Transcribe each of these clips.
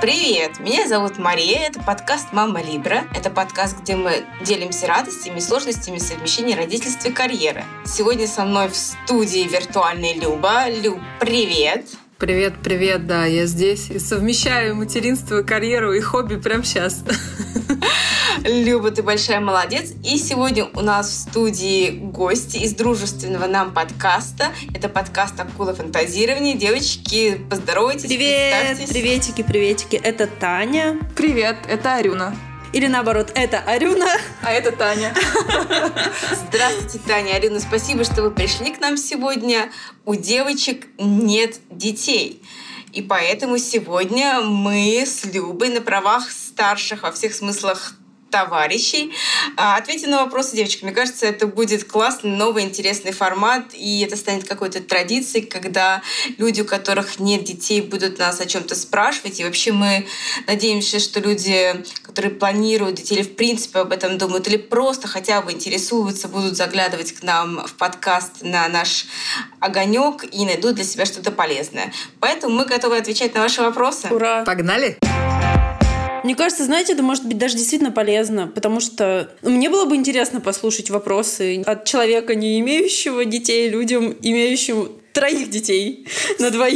Привет! Меня зовут Мария. Это подкаст «Мама Либра». Это подкаст, где мы делимся радостями и сложностями совмещения родительства и карьеры. Сегодня со мной в студии виртуальная Люба. Люб, привет! Привет, да, я здесь и совмещаю материнство, карьеру и хобби прямо сейчас. Люба, ты большая молодец. И сегодня у нас в студии гости из дружественного нам подкаста. Это подкаст «Акула фантазирования». Девочки, поздоровайтесь, Привет, приветики. Это Таня. Привет, это Арюна. Или наоборот, это Арюна. А это Таня. Здравствуйте, Таня, Арина, спасибо, что вы пришли к нам сегодня. У девочек нет детей. И поэтому сегодня мы с Любой на правах старших во всех смыслах товарищей ответим на вопросы девочек. Мне кажется, это будет классный, новый, интересный формат, и это станет какой-то традицией, когда люди, у которых нет детей, будут нас о чем-то спрашивать. И вообще мы надеемся, что люди, которые планируют детей или в принципе об этом думают, или просто хотя бы интересуются, будут заглядывать к нам в подкаст на наш огонек и найдут для себя что-то полезное. Поэтому мы готовы отвечать на ваши вопросы. Ура! Погнали! Мне кажется, знаете, это может быть даже действительно полезно, потому что мне было бы интересно послушать вопросы от человека, не имеющего детей, людям, имеющим 3 детей на 2.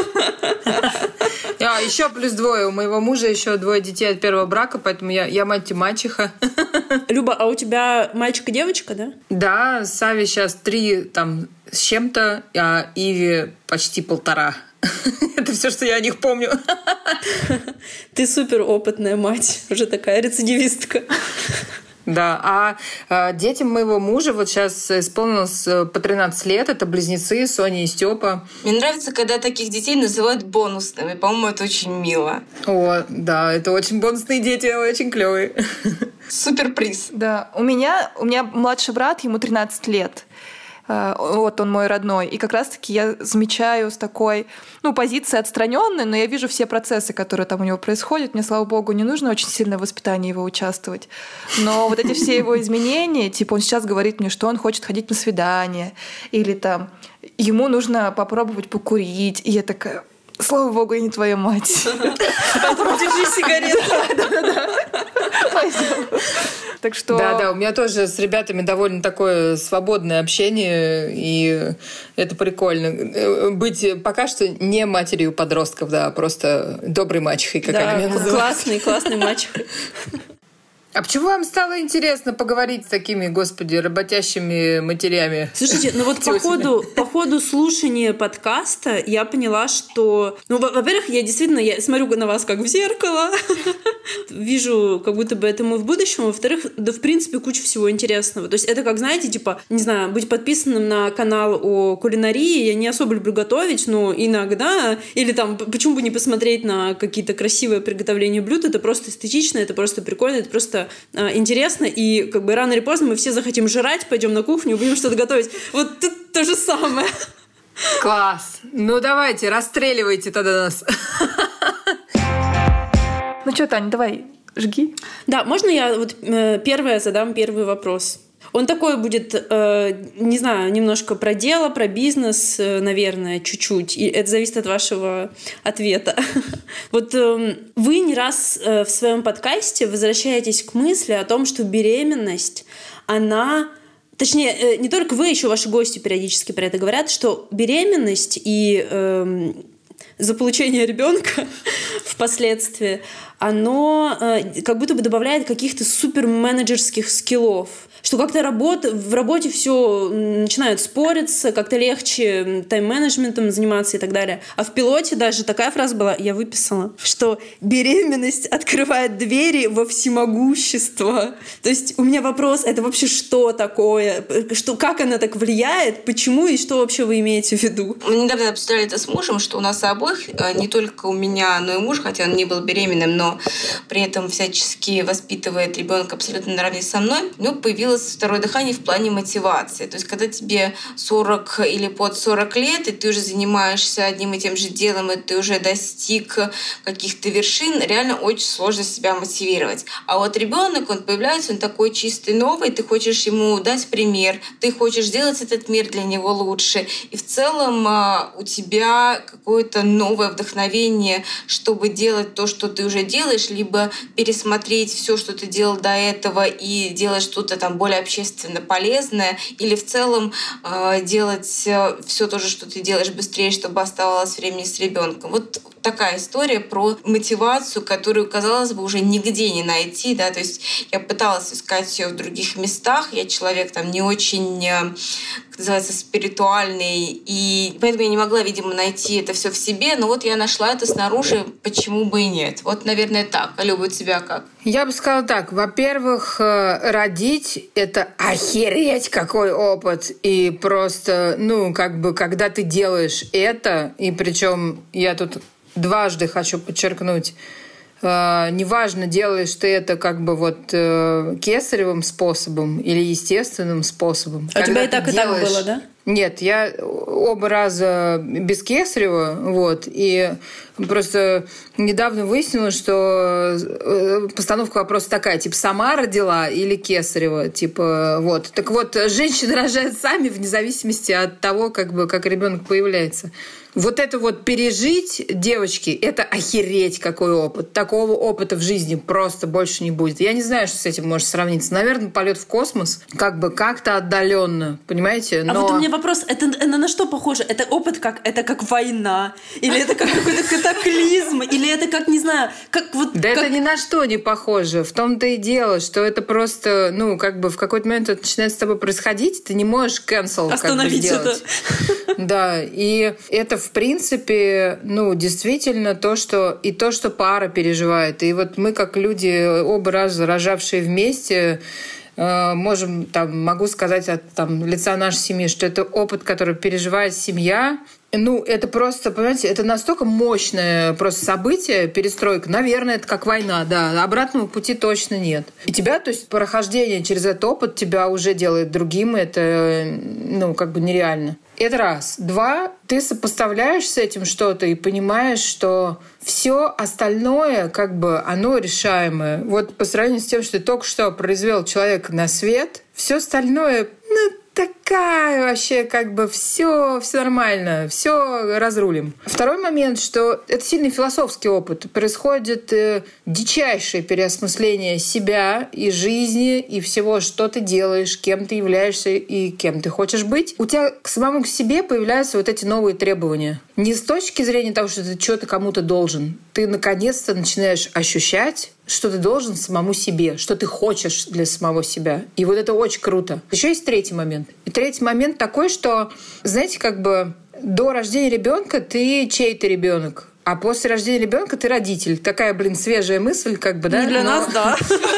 Еще плюс 2. У моего мужа еще 2 детей от первого брака, поэтому я мать и мачеха. Люба, а у тебя мальчик и девочка, да? Да, Саве сейчас 3 с чем-то, а Иве почти 1,5. Это все, что я о них помню. Ты супер опытная мать, уже такая рецидивистка. Да, а детям моего мужа вот сейчас исполнилось по 13 лет. Это близнецы Соня и Степа. Мне нравится, когда таких детей называют бонусными. По-моему, это очень мило. О, да, это очень бонусные дети, очень клевые. Суперприз. Да, у меня младший брат, ему 13 лет. Вот он мой родной. И как раз-таки я замечаю с такой, позиции отстраненной, но я вижу все процессы, которые там у него происходят. Мне, слава богу, не нужно очень сильно в воспитании его участвовать. Но вот эти все его изменения, типа он сейчас говорит мне, что он хочет ходить на свидание, или там ему нужно попробовать покурить. И я такая: слава богу, я не твоя мать. Поэтому держи сигарету. Пойдем. Так что... Да, у меня тоже с ребятами довольно такое свободное общение, и это прикольно. Быть пока что не матерью подростков, да, просто доброй мачехой, как они меня называют. Классной мачехой. А почему вам стало интересно поговорить с такими, господи, работящими матерями? Слушайте, вот по ходу слушания подкаста я поняла, что... во-первых, я смотрю на вас как в зеркало, вижу, как будто бы это мы в будущем, во-вторых, да, в принципе, куча всего интересного. То есть это как, знаете, не знаю, быть подписанным на канал о кулинарии, я не особо люблю готовить, но иногда, или почему бы не посмотреть на какие-то красивые приготовления блюд, это просто эстетично, это просто прикольно, это просто интересно, и рано или поздно мы все захотим жрать, пойдем на кухню, будем что-то готовить. Вот тут то же самое. Класс! Давайте, расстреливайте тогда нас. Что, Таня, давай, жги. Да, можно я задам первый вопрос? Он такой будет, не знаю, немножко про дело, про бизнес, наверное, чуть-чуть. И это зависит от вашего ответа. Вот вы не раз в своем подкасте возвращаетесь к мысли о том, что беременность, она... Точнее, не только вы, еще ваши гости периодически про это говорят, что беременность и заполучение ребенка впоследствии, оно как будто бы добавляет каких-то суперменеджерских скиллов. Что как-то в работе все начинает спориться, как-то легче тайм-менеджментом заниматься и так далее. А в пилоте даже такая фраза была, я выписала, что беременность открывает двери во всемогущество. То есть у меня вопрос, это вообще что такое? Как она так влияет? Почему и что вообще вы имеете в виду? Мы недавно обсуждали это с мужем, что у нас обоих, не только у меня, но и муж, хотя он не был беременным, но при этом всячески воспитывает ребенка абсолютно наравне со мной, у него появилась появилось второе дыхание в плане мотивации. То есть когда тебе 40 или под 40 лет, и ты уже занимаешься одним и тем же делом, и ты уже достиг каких-то вершин, реально очень сложно себя мотивировать. А вот ребенок, он появляется, он такой чистый, новый, ты хочешь ему дать пример, ты хочешь сделать этот мир для него лучше. И в целом у тебя какое-то новое вдохновение, чтобы делать то, что ты уже делаешь, либо пересмотреть все, что ты делал до этого, и делать что-то там более общественно полезное, или в целом делать все то же, что ты делаешь, быстрее, чтобы оставалось времени с ребенком. Вот такая история про мотивацию, которую, казалось бы, уже нигде не найти, да, то есть я пыталась искать ее в других местах, я человек там не очень, как называется, спиритуальный, и поэтому я не могла, видимо, найти это все в себе, но вот я нашла это снаружи, почему бы и нет. Вот, наверное, так. А Люба, у тебя как? Я бы сказала так. Во-первых, родить — это охереть какой опыт. И просто, когда ты делаешь это, и причем я тут дважды хочу подчеркнуть, неважно, делаешь ты это кесаревым способом или естественным способом. А у тебя и так было, да? Нет, я оба раза без кесарева, и просто недавно выяснилось, что постановка вопроса такая, сама родила или кесарева, Так вот, женщины рожают сами вне зависимости от того, как ребенок появляется. Вот это пережить, девочки, это охереть какой опыт. Такого опыта в жизни просто больше не будет. Я не знаю, что с этим может сравниться. Наверное, полет в космос как-то отдаленно, понимаете? Но... А вот у меня вопрос, это на что похоже? Это опыт это как война? Или это как какой-то катаклизм? Или это как, не знаю, это ни на что не похоже. В том-то и дело, что это просто, в какой-то момент это начинает с тобой происходить, ты не можешь cancel остановить сделать. Это. Да, и это в принципе, действительно то, что пара переживает. И вот мы, как люди, оба раза рожавшие вместе, могу сказать от лица нашей семьи, что это опыт, который переживает семья. Это просто, понимаете, это настолько мощное просто событие, перестройка. Наверное, это как война, да. Обратного пути точно нет. И тебя, то есть прохождение через этот опыт тебя уже делает другим. Это, нереально. Это раз. Два, ты сопоставляешь с этим что-то и понимаешь, что все остальное, оно решаемое. Вот по сравнению с тем, что ты только что произвел человека на свет, все остальное, такая вообще все нормально, все разрулим. Второй момент, что это сильный философский опыт. Происходит дичайшее переосмысление себя и жизни, и всего, что ты делаешь, кем ты являешься и кем ты хочешь быть. У тебя к самому к себе появляются вот эти новые требования. Не с точки зрения того, что ты что-то кому-то должен. Ты наконец-то начинаешь ощущать, что ты должен самому себе, что ты хочешь для самого себя. И вот это очень круто. Еще есть третий момент. И третий момент такой, что, знаете, до рождения ребенка ты чей-то ребенок, а после рождения ребенка ты родитель. Такая, свежая мысль, да? Не для нас, да.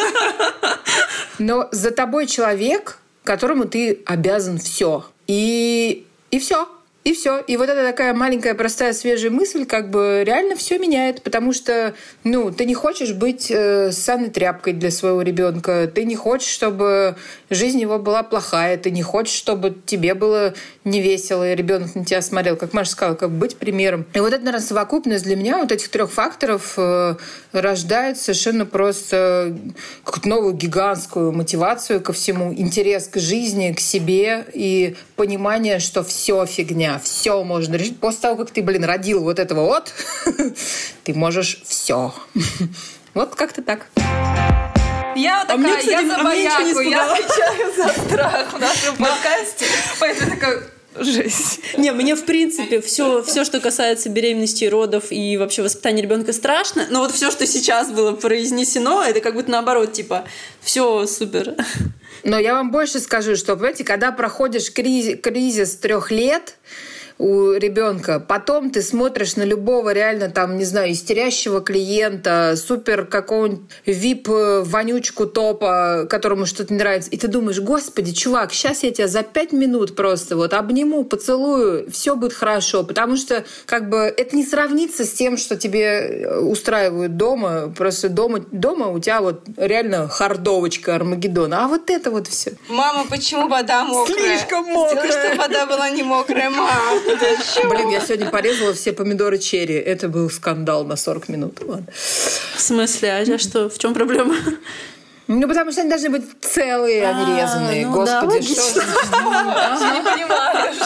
Но за тобой человек, которому ты обязан все. И все. И все. И вот эта такая маленькая, простая, свежая мысль реально все меняет, потому что ты не хочешь быть ссаной тряпкой для своего ребенка, ты не хочешь, чтобы жизнь его была плохая, ты не хочешь, чтобы тебе было невесело, и ребенок на тебя смотрел, как Маша сказала, быть примером. И вот это, наверное, совокупность для меня вот этих 3 факторов рождает совершенно просто какую-то новую гигантскую мотивацию ко всему, интерес к жизни, к себе и понимание, что все фигня. Все можно решить. После того, как ты, родил вот этого ты можешь все. Вот как-то так. Я такая, я за бояку, я отвечаю за страх в нашем подкасте. Поэтому такая... Жесть. Не, мне в принципе все, что касается беременности, родов и вообще воспитания ребенка страшно. Но вот все, что сейчас было произнесено, это как будто наоборот, все супер. Но я вам больше скажу, что, понимаете, когда проходишь кризис 3 лет, у ребенка. Потом ты смотришь на любого реально там, не знаю, истерящего клиента, супер какого-нибудь VIP-вонючку топа, которому что-то не нравится. И ты думаешь, господи, чувак, сейчас я тебя за 5 минут просто вот обниму, поцелую, все будет хорошо. Потому что как бы это не сравнится с тем, что тебе устраивают дома. Просто дома у тебя вот реально хардовочка Армагеддона. А вот это вот все. Мама, почему вода мокрая? Слишком мокрая. Сделай, чтобы вода была не мокрая, мама. Блин, я сегодня порезала все помидоры черри. Это был скандал на 40 минут. Ладно. В смысле? А что? В чем проблема? Ну, потому что они должны быть целые, а не резаные. Ну Господи, да, что... Не понимаешь.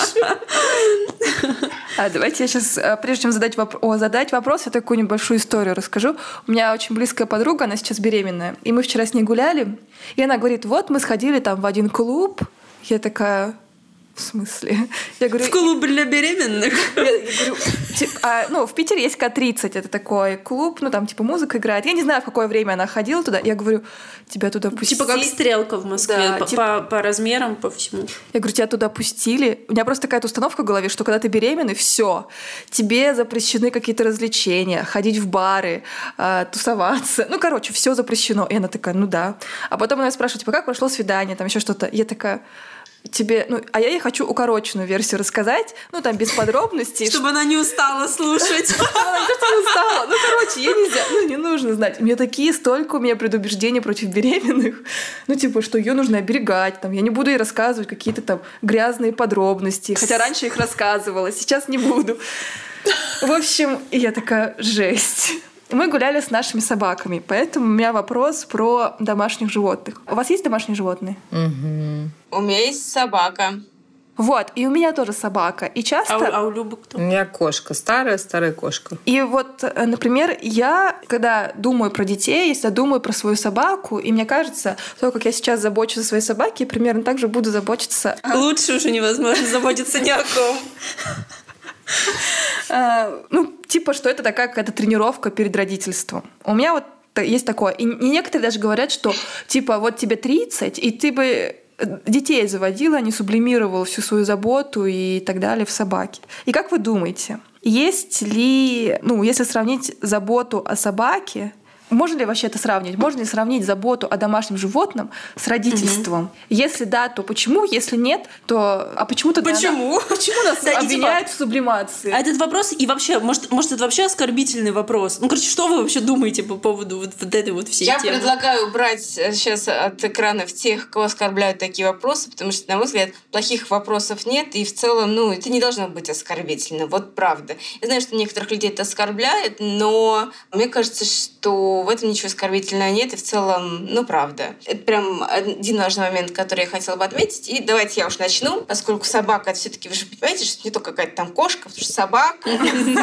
Давайте я сейчас, прежде чем задать вопрос, я такую небольшую историю расскажу. У меня очень близкая подруга, она сейчас беременная. И мы вчера с ней гуляли, и она говорит, вот мы сходили там в один клуб. Я такая... В смысле? Я говорю, в клуб для беременных? Я говорю, в Питере есть К-30, это такой клуб, там типа музыка играет. Я не знаю, в какое время она ходила туда. Я говорю, тебя туда пустили. Типа как стрелка в Москве, да, по размерам, по всему. Я говорю, тебя туда пустили. У меня просто такая установка в голове, что когда ты беременный, все, тебе запрещены какие-то развлечения, ходить в бары, тусоваться. Все запрещено. И она такая, ну да. А потом она спрашивает, типа, как прошло свидание, там еще что-то. Я такая... а я ей хочу укороченную версию рассказать, там без подробностей. Чтобы она не устала слушать. Она не устала. Ей нельзя, не нужно знать. У меня столько у меня предубеждений против беременных. Что ее нужно оберегать. Я не буду ей рассказывать какие-то там грязные подробности. Хотя раньше их рассказывала, сейчас не буду. В общем, я такая, жесть. Мы гуляли с нашими собаками, поэтому у меня вопрос про домашних животных. У вас есть домашние животные? Угу. У меня есть собака. Вот, и у меня тоже собака. И часто... А у Любы кто? У меня кошка, старая кошка. И вот, например, я, когда думаю про детей, если я думаю про свою собаку, и мне кажется, то, как я сейчас забочусь о своей собаке, примерно так же буду заботиться... Лучше уже невозможно заботиться ни о ком. Что это такая какая-то тренировка перед родительством. У меня вот есть такое. И некоторые даже говорят, что вот тебе 30, и ты бы детей заводила, а не сублимировал всю свою заботу и так далее в собаке. И как вы думаете, есть ли, если сравнить заботу о собаке, можно ли вообще это сравнить? Можно ли сравнить заботу о домашнем животном с родительством? Угу. Если да, то почему? Если нет, то... А почему тогда... Почему? Почему нас обвиняют в сублимации? А этот вопрос, и вообще, может это вообще оскорбительный вопрос? Что вы вообще думаете по поводу вот этой вот всей темы? Я предлагаю убрать сейчас от экранов тех, кого оскорбляют такие вопросы, потому что, на мой взгляд, плохих вопросов нет, и в целом, это не должно быть оскорбительно. Вот правда. Я знаю, что некоторых людей это оскорбляет, но мне кажется, что в этом ничего оскорбительного нет, и в целом, правда. Это прям один важный момент, который я хотела бы отметить. И давайте я уж начну, поскольку собака, это все-таки, вы же понимаете, что это не только какая-то там кошка, потому что собака.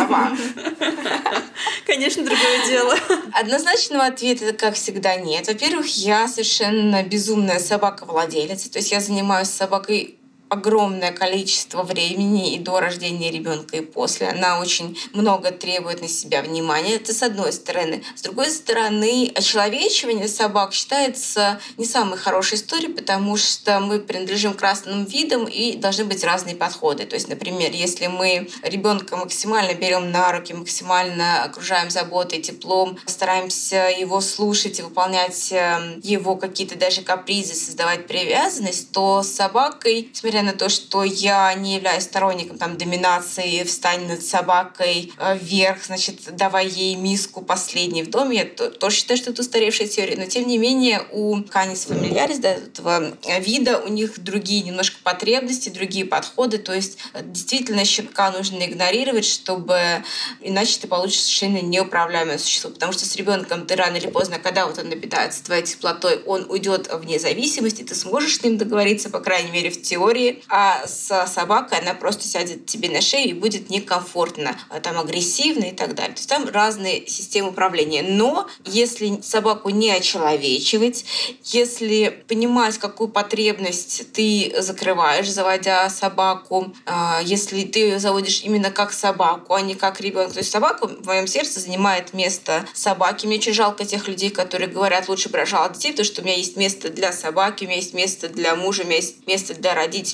Конечно, другое дело. Однозначного ответа, как всегда, нет. Во-первых, я совершенно безумная собака-владелица, то есть я занимаюсь собакой огромное количество времени и до рождения ребенка, и после. Она очень много требует на себя внимания. Это с одной стороны. С другой стороны, очеловечивание собак считается не самой хорошей историей, потому что мы принадлежим к разным видам и должны быть разные подходы. То есть, например, если мы ребенка максимально берем на руки, максимально окружаем заботой, теплом, стараемся его слушать и выполнять его какие-то даже капризы, создавать привязанность, то с собакой, несмотря на то, что я не являюсь сторонником доминации, встань над собакой вверх, давай ей миску последней в доме, я тоже считаю, что это устаревшая теория, но тем не менее у Canis familiaris, этого вида, у них другие немножко потребности, другие подходы, то есть действительно щенка нужно игнорировать, чтобы иначе ты получишь совершенно неуправляемое существо, потому что с ребенком ты рано или поздно, когда он напитается твоей теплотой, он уйдет вне зависимости, ты сможешь с ним договориться, по крайней мере, в теории, а с собакой она просто сядет тебе на шею и будет некомфортно, агрессивно и так далее. То есть там разные системы управления. Но если собаку не очеловечивать, если понимать, какую потребность ты закрываешь, заводя собаку, если ты ее заводишь именно как собаку, а не как ребенка. То есть собака в моем сердце занимает место собаки. Мне очень жалко тех людей, которые говорят, лучше бы рожала детей, потому что у меня есть место для собаки, у меня есть место для мужа, у меня есть место для родителей,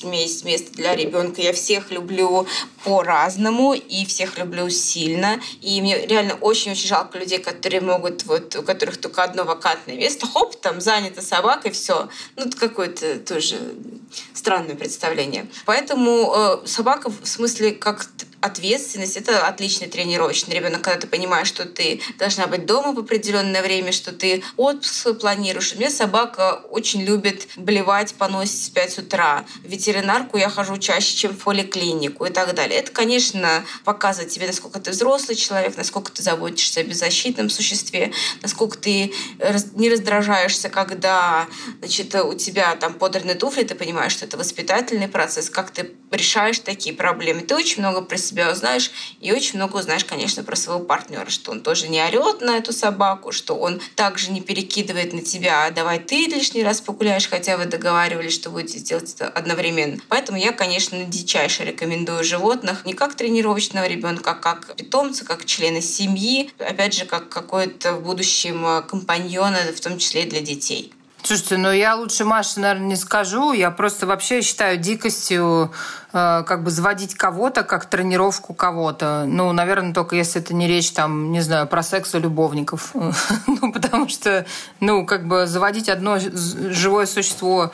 точно у меня есть место для ребенка. Я всех люблю по-разному и всех люблю сильно. И мне реально очень-очень жалко людей, которые могут, вот, у которых только одно вакантное место, хоп, там занята собака, и все. Ну, это какое-то тоже странное представление. Поэтому собака в смысле как ответственность — это отличный тренировочный ребенок, когда ты понимаешь, что ты должна быть дома в определенное время, что ты отпуск планируешь. У меня собака очень любит блевать, поносить в 5 утра. В ветеринарку я хожу чаще, чем в поликлинику и так далее. Это, конечно, показывает тебе, насколько ты взрослый человек, насколько ты заботишься о беззащитном существе, насколько ты не раздражаешься, когда, значит, у тебя там подранные туфли, ты понимаешь, что это воспитательный процесс, как ты решаешь такие проблемы. Ты очень много про себя узнаешь и очень много узнаешь, конечно, про своего партнера, что он тоже не орет на эту собаку, что он также не перекидывает на тебя: а давай ты лишний раз погуляешь, хотя вы договаривались, что будете делать это одновременно. Поэтому я, конечно, дичайше рекомендую животных не как тренировочного ребенка, а как питомца, как члена семьи, опять же, как какой-то в будущем компаньона, в том числе и для детей. Слушайте, ну я лучше Маше, наверное, не скажу. Я просто вообще считаю дикостью как бы заводить кого-то, как тренировку кого-то. Ну, наверное, только если это не речь, там, не знаю, про секс у любовников. Ну, потому что, ну, как бы заводить одно живое существо,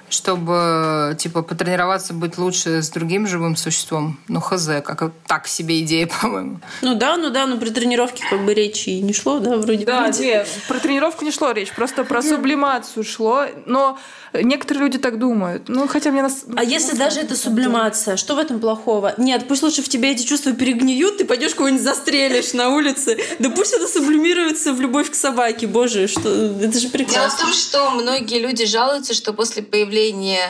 чтобы, типа, потренироваться быть лучше с другим живым существом. Ну, хз, как так себе идея, по-моему. Ну да, но при тренировке как бы речи не шло, да, вроде. Да, нет, про тренировку не шло речь, просто про сублимацию шло, но некоторые люди так думают. Ну, хотя мне А если даже это сублимация, что в этом плохого? Нет, пусть лучше в тебе эти чувства перегниют, ты пойдешь кого-нибудь застрелишь на улице. Да пусть это сублимируется в любовь к собаке, боже, что это же прекрасно. Дело в том, что многие люди жалуются, что после появления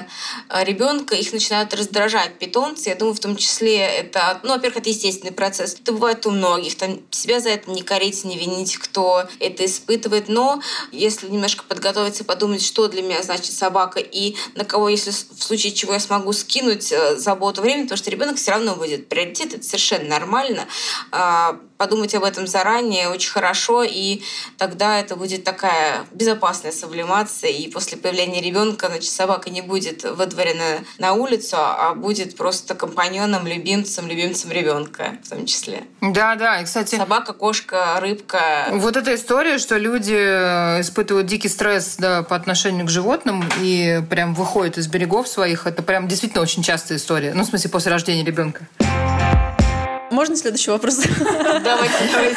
ребенка их начинают раздражать питомцы. Я думаю, в том числе это, ну, во-первых, это естественный процесс. Это бывает у многих. Там себя за это не корить, не винить, кто это испытывает. Но если немножко подготовиться, подумать, что для меня значит собака и на кого, если в случае чего я смогу скинуть заботу времени, потому что ребенок все равно будет приоритет, это совершенно нормально. Подумать об этом заранее очень хорошо, и тогда это будет такая безопасная сублимация, и после появления ребенка, значит, собака не будет выдворена на улицу, а будет просто компаньоном, любимцем ребенка в том числе. Да, и, кстати... Собака, кошка, рыбка. Вот эта история, что люди испытывают дикий стресс, да, по отношению к животным и прям выходят из берегов своих, это прям действительно очень частая история. Ну, в смысле, после рождения ребенка. Можно следующий вопрос? Давайте.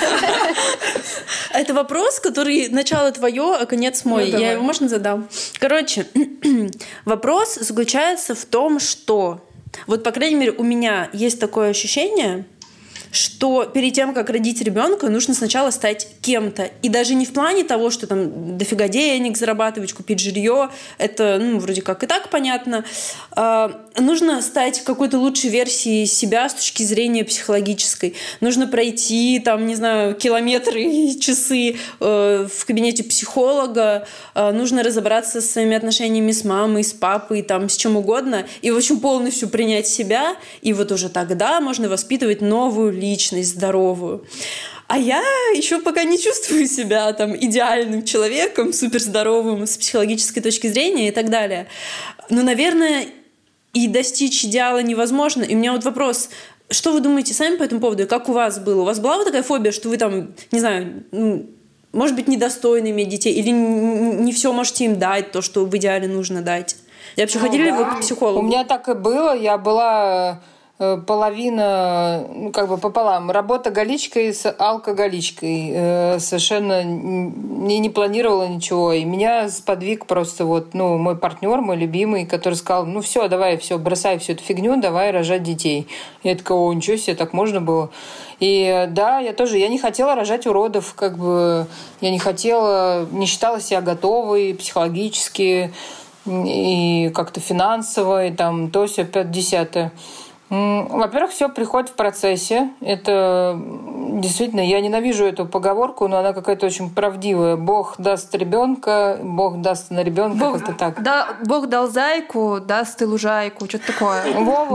Это вопрос, который начало твое, а конец мой. Я его, можно, задам? Короче, вопрос заключается в том, что вот, по крайней мере, у меня есть такое ощущение, что перед тем, как родить ребенка, нужно сначала стать кем-то. И даже не в плане того, что там дофига денег зарабатывать, купить жилье, это, ну, вроде как и так понятно. Нужно стать какой-то лучшей версией себя с точки зрения психологической. Нужно пройти, там, не знаю, километры и часы в кабинете психолога. Нужно разобраться со своими отношениями с мамой, с папой, там, с чем угодно. И, в общем, полностью принять себя. И вот уже тогда можно воспитывать новую личность, здоровую. А я еще пока не чувствую себя там идеальным человеком, суперздоровым с психологической точки зрения и так далее. Но, наверное, и достичь идеала невозможно. И у меня вот вопрос: что вы думаете сами по этому поводу? И как у вас было? У вас была вот такая фобия, что вы там, не знаю, может быть, недостойны иметь детей, или не все можете им дать, то, что в идеале нужно дать? И вообще, ходили ли вы к психологу? У меня так и было. Я была половина, ну, как бы пополам. Работоголичкой с алкоголичкой. Совершенно не планировала ничего. И меня сподвиг просто вот, ну, мой партнер, мой любимый, который сказал: ну все, давай, все, бросай всю эту фигню, давай рожать детей. Я такая: о, ничего себе, так можно было. И да, я не хотела рожать уродов, как бы я не считала себя готовой психологически и как-то финансово, и там то все 5-10. Во-первых, все приходит в процессе. Это действительно, я ненавижу эту поговорку, но она какая-то очень правдивая. Бог даст ребенка, Бог даст на ребенка, как-то так. Да, Бог дал зайку, даст и лужайку, что-то такое.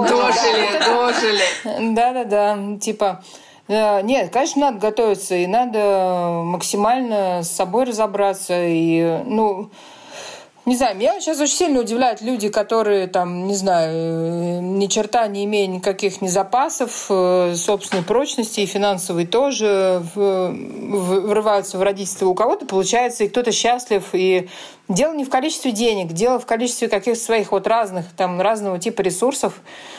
Дожили. Да. Типа, нет, конечно, надо готовиться, и надо максимально с собой разобраться. И, ну, Не знаю, меня сейчас очень сильно удивляют люди, которые там, не знаю, ни черта не имея никаких ни запасов, собственной прочности и финансовой тоже, врываются в родительство. У кого-то получается, и кто-то счастлив. И дело не в количестве денег, дело в количестве каких-то своих вот разного типа ресурсов,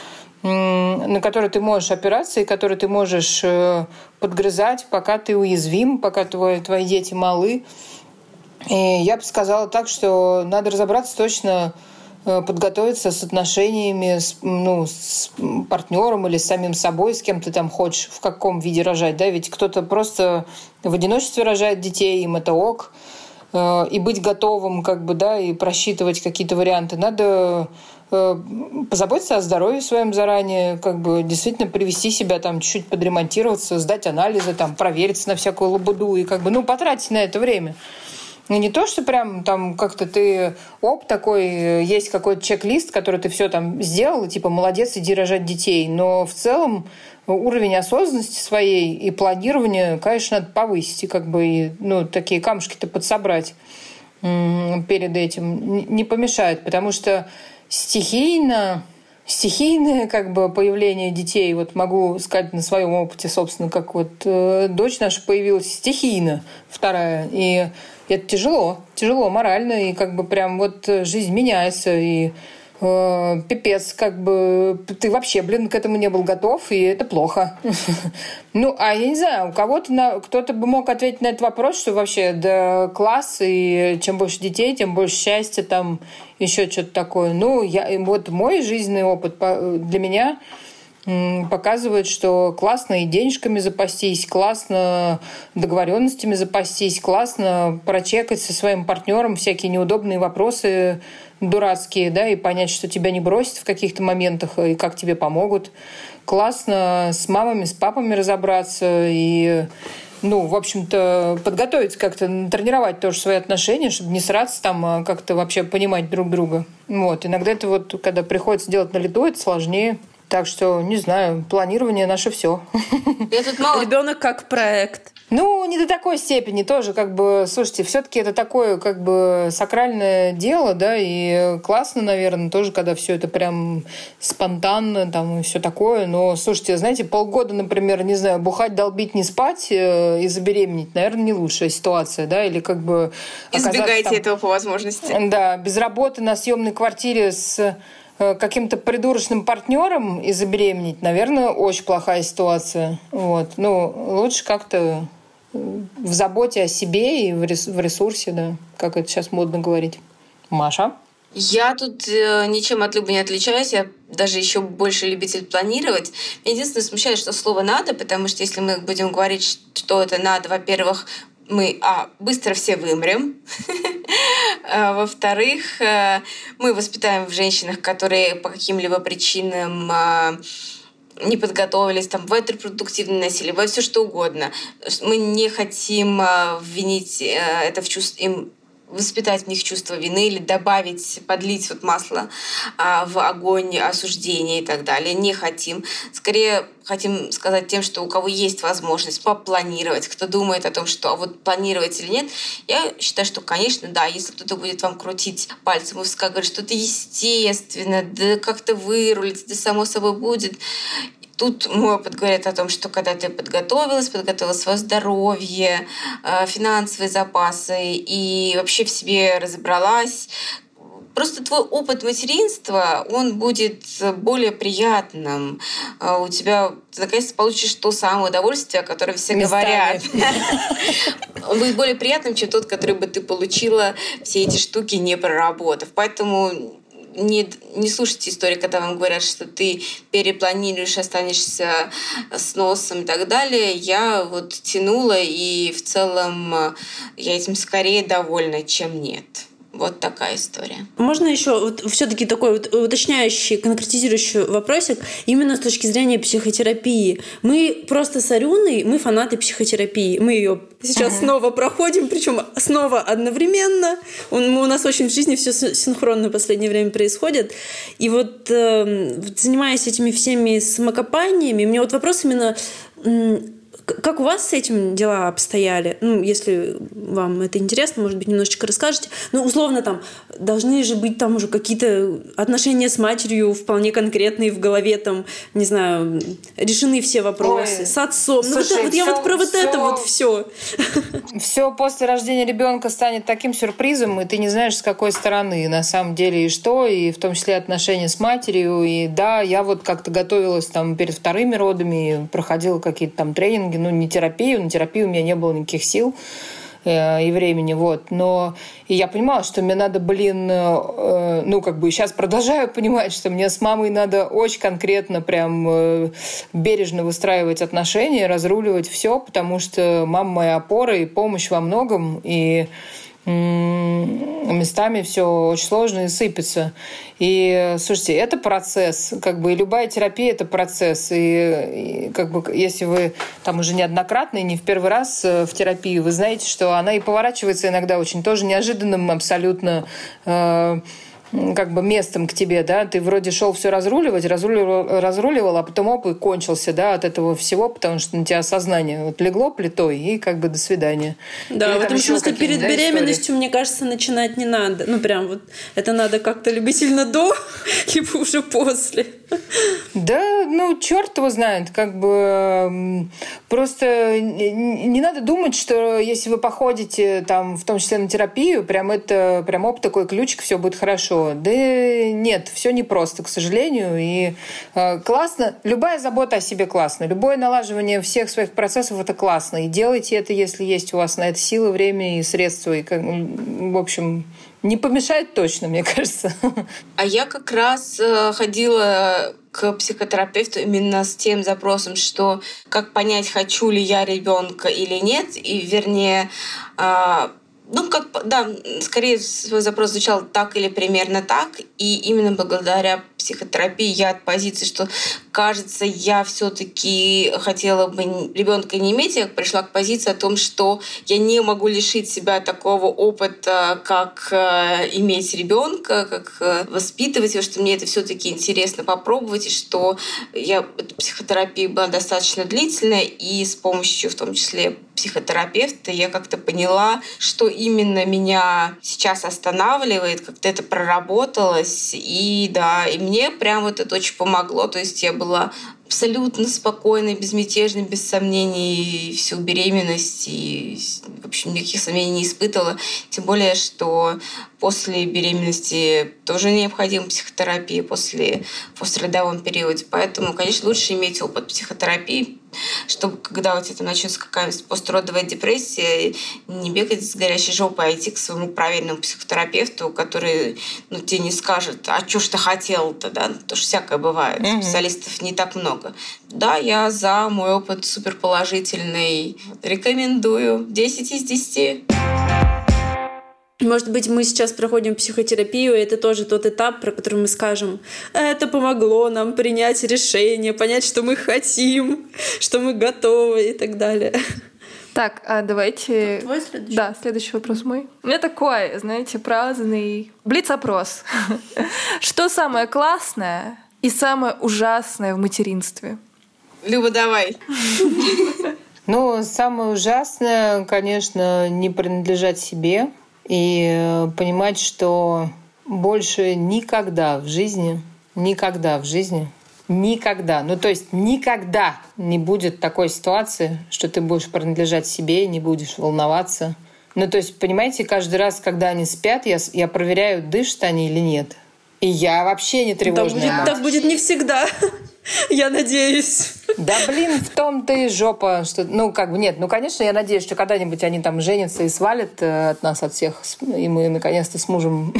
на которые ты можешь опираться и которые ты можешь подгрызать, пока ты уязвим, пока твои дети малы. И я бы сказала так, что надо разобраться точно, подготовиться с отношениями с партнером или с самим собой, с кем ты там хочешь, в каком виде рожать. Да? Ведь кто-то просто в одиночестве рожает детей, им это ок. И быть готовым, и просчитывать какие-то варианты. Надо позаботиться о здоровье своем заранее, действительно привести себя, чуть-чуть подремонтироваться, сдать анализы, провериться на всякую лабуду и потратить на это время. Ну, не то, что прям как-то ты такой, есть какой-то чек-лист, который ты все сделал, и молодец, иди рожать детей. Но в целом уровень осознанности своей и планирования, конечно, надо повысить. И такие камушки-то подсобрать перед этим не помешает. Потому что стихийное появление детей, могу сказать на своем опыте, собственно, как дочь наша появилась стихийно, вторая, и это тяжело морально, и прям жизнь меняется, и пипец, ты вообще, к этому не был готов, и это плохо. Я не знаю, кто-то бы мог ответить на этот вопрос, что вообще, да, класс, и чем больше детей, тем больше счастья, еще что-то такое. Мой жизненный опыт для меня показывает, что классно и денежками запастись, классно договоренностями запастись, классно прочекать со своим партнером всякие неудобные вопросы дурацкие, да, и понять, что тебя не бросят в каких-то моментах и как тебе помогут. Классно с мамами, с папами разобраться и, в общем-то, подготовиться как-то, тренировать тоже свои отношения, чтобы не сраться а как-то вообще понимать друг друга. Иногда это когда приходится делать на лету, это сложнее. Так что, не знаю, планирование наше все. Ребенок как проект. Не до такой степени тоже, слушайте, все-таки это такое, сакральное дело, да, и классно, наверное, тоже, когда все это прям спонтанно, и все такое. Но, слушайте, знаете, полгода, например, не знаю, бухать, долбить, не спать и забеременеть, наверное, не лучшая ситуация, да, или избегайте этого по возможности. Да, без работы на съемной квартире с каким-то придурочным партнером и забеременеть, наверное, очень плохая ситуация. Лучше как-то в заботе о себе и в ресурсе, да, как это сейчас модно говорить. Маша? Я тут ничем от Любы не отличаюсь. Я даже еще больше любитель планировать. Меня единственное смущает, что слово «надо», потому что если мы будем говорить, что это надо, во-первых, мы быстро все вымрем. Во-вторых, мы воспитаем в женщинах, которые по каким-либо причинам не подготовились, бывает репродуктивное насилие, бывает все что угодно. Мы не хотим винить это в чувство, воспитать в них чувство вины или добавить, подлить масло в огонь осуждения и так далее. Не хотим. Скорее хотим сказать тем, что у кого есть возможность попланировать, кто думает о том, что планировать или нет, я считаю, что, конечно, да, если кто-то будет вам крутить пальцем у виска, говорить, что это естественно, да как-то вырулится, да само собой будет. Тут мой опыт говорит о том, что когда ты подготовила свое здоровье, финансовые запасы и вообще в себе разобралась, просто твой опыт материнства, он будет более приятным. У тебя ты наконец-то получишь то самое удовольствие, о котором все говорят. Он будет более приятным, чем тот, который бы ты получила все эти штуки, не проработав. Поэтому не слушайте истории, когда вам говорят, что ты перепланируешь, останешься с носом и так далее. Я тянула, и в целом я этим скорее довольна, чем нет. Вот такая история. Можно еще все-таки такой уточняющий, конкретизирующий вопросик именно с точки зрения психотерапии. Мы просто с Арюной, мы фанаты психотерапии. Мы ее сейчас снова проходим, причем снова одновременно. У нас очень в жизни все синхронно в последнее время происходит. И занимаясь этими всеми самокопаниями, у меня вопрос именно... Как у вас с этим дела обстояли? Ну, если вам это интересно, может быть, немножечко расскажете. Ну, условно, там, должны же быть там уже какие-то отношения с матерью вполне конкретные в голове, там, не знаю, решены все вопросы. Ой, с отцом. Слушай, ну, вот я вот про вот это вот все. Все после рождения ребенка станет таким сюрпризом, и ты не знаешь, с какой стороны на самом деле и что, и в том числе отношения с матерью. И да, я вот как-то готовилась там перед вторыми родами, проходила какие-то там тренинги, ну, не терапию, на терапию у меня не было никаких сил и времени, вот. Но и я понимала, что мне надо, ну, как бы сейчас продолжаю понимать, что мне с мамой надо очень конкретно прям бережно выстраивать отношения, разруливать все, потому что мама моя опора и помощь во многом, и местами все очень сложно и сыпется. И, слушайте, это процесс. Как бы и любая терапия – это процесс. И как бы если вы там уже неоднократно и не в первый раз в терапии, вы знаете, что она и поворачивается иногда очень тоже неожиданным абсолютно как бы местом к тебе, да, ты вроде шел все разруливал, а потом оп, и кончился, да, от этого всего, потому что на тебя сознание вот легло плитой, и как бы до свидания. Да, в этом смысле перед беременностью, истории, мне кажется, начинать не надо. Ну, прям вот это надо как-то либо сильно до, либо уже после. Да, ну, черт его знает, как бы просто не надо думать, что если вы походите там, в том числе на терапию, прям это, прям оп, такой ключик, все будет хорошо. Да нет, все непросто, к сожалению. И классно, любая забота о себе классно, любое налаживание всех своих процессов это классно. И делайте это, если есть у вас на это силы, время и средства. И, в общем, не помешает точно, мне кажется. А я как раз ходила к психотерапевту именно с тем запросом, что как понять, хочу ли я ребенка или нет, и вернее, ну, как, да, скорее свой запрос звучал так или примерно так. И именно благодаря психотерапии я от позиции, что, кажется, я все-таки хотела бы ребенка не иметь, я пришла к позиции о том, что я не могу лишить себя такого опыта, как иметь ребенка, как воспитывать его, что мне это все-таки интересно попробовать, и что психотерапия была достаточно длительная, и с помощью, в том числе, психотерапевта я как-то поняла, что именно меня сейчас останавливает, как-то это проработалось, и да, и мне прям вот это очень помогло, то есть я была абсолютно спокойной, безмятежной, без сомнений всю беременность, и, в общем, никаких сомнений не испытывала, тем более, что после беременности тоже необходима психотерапия после пострадовом периоде, поэтому, конечно, лучше иметь опыт психотерапии, чтобы, когда у тебя там начнется какая-нибудь постродовая депрессия, не бегать с горящей жопой, а идти к своему правильному психотерапевту, который тебе не скажет, а что ж ты хотел-то, да? Потому что всякое бывает, специалистов не так много. Да, я за, мой опыт суперположительный. Рекомендую. 10 из 10. Может быть, мы сейчас проходим психотерапию, и это тоже тот этап, про который мы скажем, это помогло нам принять решение, понять, что мы хотим, что мы готовы и так далее. Так, а давайте... Твой следующий? Да, следующий вопрос мой. У меня такой, знаете, праздный блиц-опрос. Что самое классное и самое ужасное в материнстве? Люба, давай. Ну, самое ужасное, конечно, не принадлежать себе и понимать, что больше никогда в жизни, ну то есть никогда не будет такой ситуации, что ты будешь принадлежать себе и не будешь волноваться. Ну, то есть, понимаете, каждый раз, когда они спят, я проверяю, дышат они или нет. И я вообще не тревожная мать. Так будет не всегда. Я надеюсь. Да блин, в том-то и жопа, что, нет, конечно, я надеюсь, что когда-нибудь они там женятся и свалят от нас, от всех, и мы наконец-то с мужем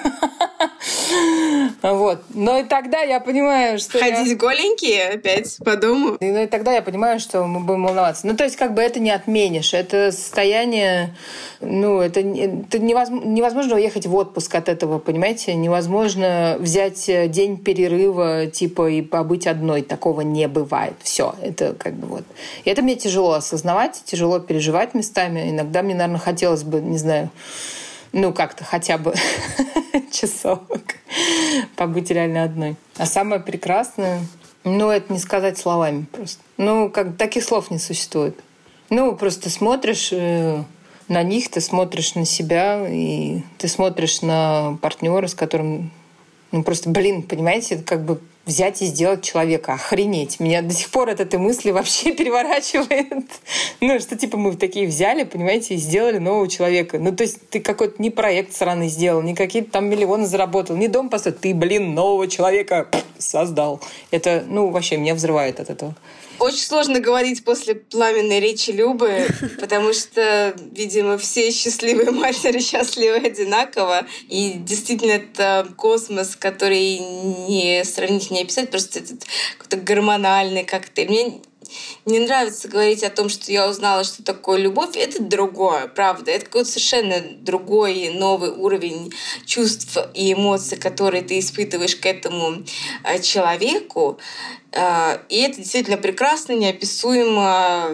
вот. Но и тогда я понимаю, что... Ходить голенькие опять по дому. Ну и тогда я понимаю, что мы будем волноваться. Ну то есть как бы это не отменишь. Это состояние... это невозможно уехать в отпуск от этого, понимаете? Невозможно взять день перерыва и побыть одной. Такого не бывает. Все. Это как бы вот... И это мне тяжело осознавать, тяжело переживать местами. Иногда мне, наверное, хотелось бы, не знаю... как-то хотя бы часок побыть реально одной. А самое прекрасное... Ну, это не сказать словами просто. Ну, как таких слов не существует. Ну, просто смотришь на них, ты смотришь на себя, и ты смотришь на партнера, с которым... Ну, просто, понимаете, это как бы взять и сделать человека. Охренеть. Меня до сих пор от этой мысли вообще переворачивает. Ну, что типа мы такие взяли, понимаете, и сделали нового человека. Ну, то есть ты какой-то не проект сраный сделал, не какие-то там миллионы заработал, не дом построил. Ты, нового человека создал. Это, вообще меня взрывает от этого. Очень сложно говорить после пламенной речи Любы, потому что, видимо, все счастливые матери счастливы одинаково. И действительно, это космос, который не сравнить, не описать, просто этот какой-то гормональный коктейль. Мне не нравится говорить о том, что я узнала, что такое любовь. Это другое, правда. Это какой-то совершенно другой, новый уровень чувств и эмоций, которые ты испытываешь к этому человеку. И это действительно прекрасно, неописуемо.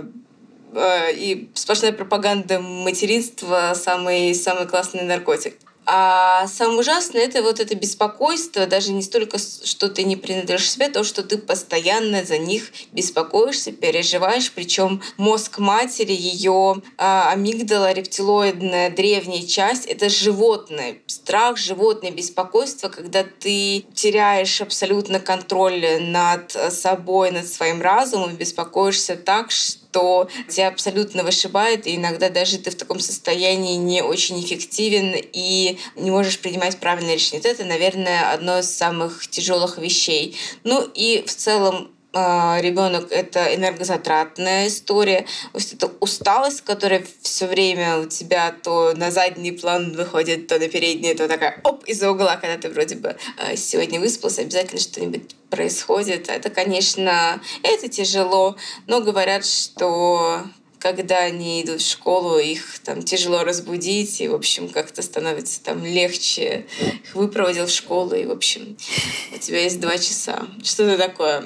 И сплошная пропаганда материнства — самый классный наркотик. А самое ужасное — это вот это беспокойство, даже не столько, что ты не принадлежишь себе, то, что ты постоянно за них беспокоишься, переживаешь. Причем мозг матери, ее амигдала, рептилоидная древняя часть — это животное. Страх, животное беспокойство, когда ты теряешь абсолютно контроль над собой, над своим разумом, беспокоишься так, что тебя абсолютно вышибает, и иногда даже ты в таком состоянии не очень эффективен и не можешь принимать правильные решения. Вот это, наверное, одно из самых тяжелых вещей. Ну и в целом ребенок — это энергозатратная история. То есть это усталость, которая все время у тебя то на задний план выходит, то на передний, то такая из-за угла, когда ты вроде бы сегодня выспался, обязательно что-нибудь происходит. Это, конечно, это тяжело, но говорят, что когда они идут в школу, их там тяжело разбудить, и, в общем, как-то становится там легче. Их выпроводил в школу, и, в общем, у тебя есть 2 часа. Что-то такое.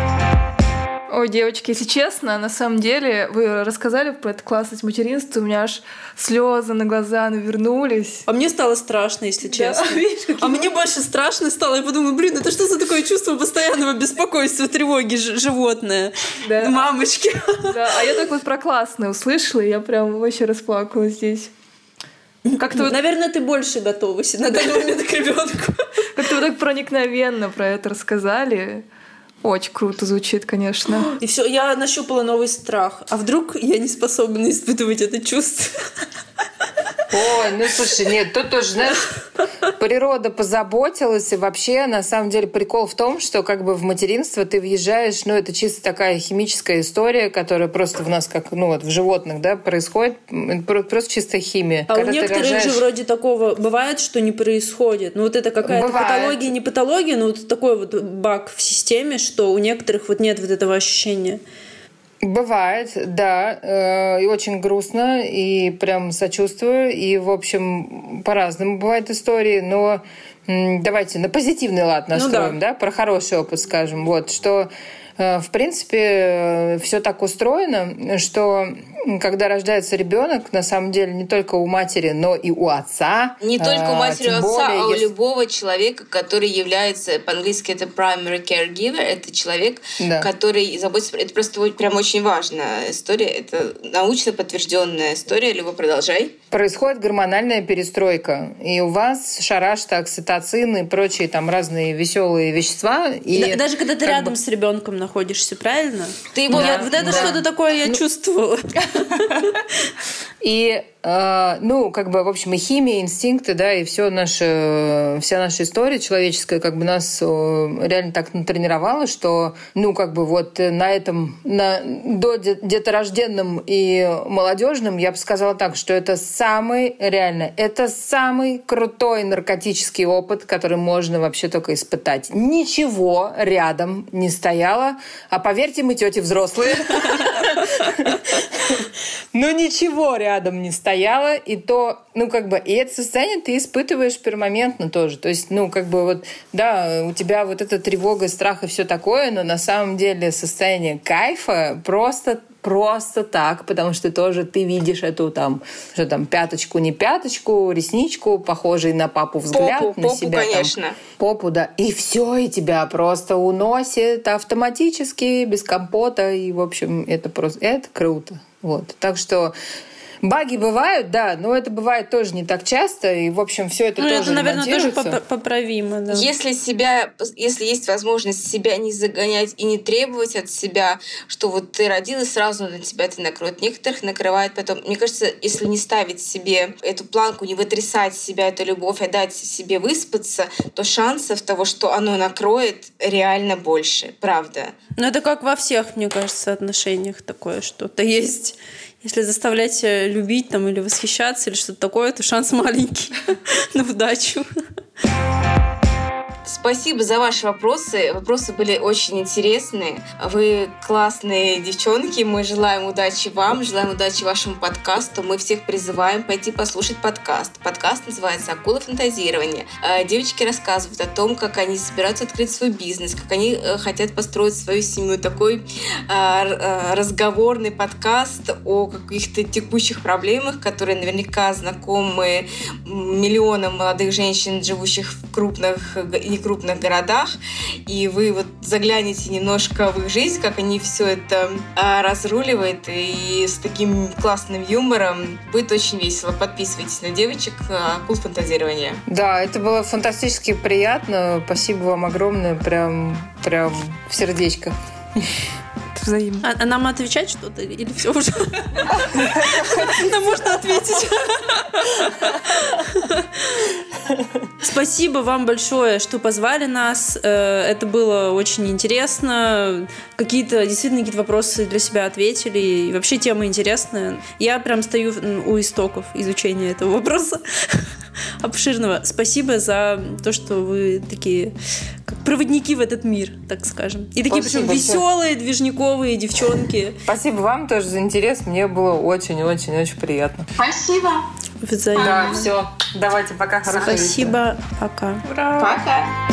Ой, девочки, если честно, на самом деле, вы рассказали про это классное материнство, у меня аж слезы на глаза навернулись. А мне стало страшно, если честно. А мне больше страшно стало. Я подумала, это что за такое чувство постоянного беспокойства, тревоги животное? Да. Мамочки. Да, а я так вот про классное услышала, и я прям вообще расплакалась здесь. Как-то Наверное, ты больше готова на данный момент к ребенку. Как-то вы так проникновенно про это рассказали. Очень круто звучит, конечно. И все, я нащупала новый страх. А вдруг я не способна испытывать это чувство? Ой, слушай, нет, тут тоже, знаешь, природа позаботилась, и вообще, на самом деле, прикол в том, что как бы в материнство ты въезжаешь, это чисто такая химическая история, которая просто в нас, как, в животных, да, происходит, просто чистая химия. А когда у некоторых же вроде такого бывает, что не происходит. Вот это какая-то патология, не патология, но вот такой вот баг в системе, что у некоторых вот нет вот этого ощущения. Бывает, да, и очень грустно, и прям сочувствую, и, в общем, по-разному бывают истории, но давайте на позитивный лад настроим, да, про хороший опыт скажем, что, в принципе, все так устроено, что когда рождается ребенок, на самом деле не только у матери, но и у отца. Не только у матери и отца, а у любого человека, который является, по-английски это primary caregiver, это человек, который заботится. Это просто прям очень важная история. Это научно подтвержденная история. Люба, продолжай. Происходит гормональная перестройка. И у вас шарашта, окситоцин и прочие там разные веселые вещества. И даже когда ты рядом с ребенком находишься, правильно? Ты его... Вот это что-то такое я чувствовала. И, в общем, и химия, и инстинкты, да, и вся наша история человеческая нас реально так натренировала, что, на этом, до деторожденном и молодежном, я бы сказала так, что это самый крутой наркотический опыт, который можно вообще только испытать. Ничего рядом не стояло, а поверьте, мы тети взрослые. Но ничего рядом не стояло, и то, и это состояние ты испытываешь пермоментно тоже. То есть, у тебя вот эта тревога, страх и все такое, но на самом деле состояние кайфа просто просто так, потому что тоже ты видишь эту там, что там, пяточку, не пяточку, ресничку, похожий на папу взгляд, попу, на себя. Конечно. Там, попу, да. И все, и тебя просто уносит автоматически, без компота. И, в общем, это просто, это круто. Вот. Так что баги бывают, да, но это бывает тоже не так часто, и, в общем, все это тоже это, наверное, тоже ремонтируется. поправимо, да. Если есть возможность себя не загонять и не требовать от себя, что вот ты родила, сразу на тебя это накроет. Некоторых накрывает потом. Мне кажется, если не ставить себе эту планку, не вытрясать из себя эту любовь, а дать себе выспаться, то шансов того, что оно накроет, реально больше. Правда. Ну, это как во всех, мне кажется, отношениях такое что-то есть. Если заставлять себя любить там, или восхищаться, или что-то такое, то шанс маленький на удачу. Спасибо за ваши вопросы. Вопросы были очень интересные. Вы классные девчонки. Мы желаем удачи вам, желаем удачи вашему подкасту. Мы всех призываем пойти послушать подкаст. Подкаст называется «Акула фантазирования». Девочки рассказывают о том, как они собираются открыть свой бизнес, как они хотят построить свою семью. Такой разговорный подкаст о каких-то текущих проблемах, которые наверняка знакомы миллионам молодых женщин, живущих в крупных и крупных городах, и вы вот заглянете немножко в их жизнь, как они все это разруливают, и с таким классным юмором будет очень весело. Подписывайтесь на девочек «Акул фантазирования». Да, это было фантастически приятно. Спасибо вам огромное, прям в сердечко. Взаимно. А нам отвечать что-то или все уже? Нам можно ответить. Спасибо вам большое, что позвали нас. Это было очень интересно. Действительно какие-то вопросы для себя ответили. И вообще тема интересная. Я прям стою у истоков изучения этого вопроса обширного. Спасибо за то, что вы такие как проводники в этот мир, так скажем. И такие причем веселые, движниковые девчонки. Спасибо вам тоже за интерес. Мне было очень-очень-очень приятно. Спасибо. Взаимно. Да, все. Давайте, пока. Спасибо. Пока. Пока.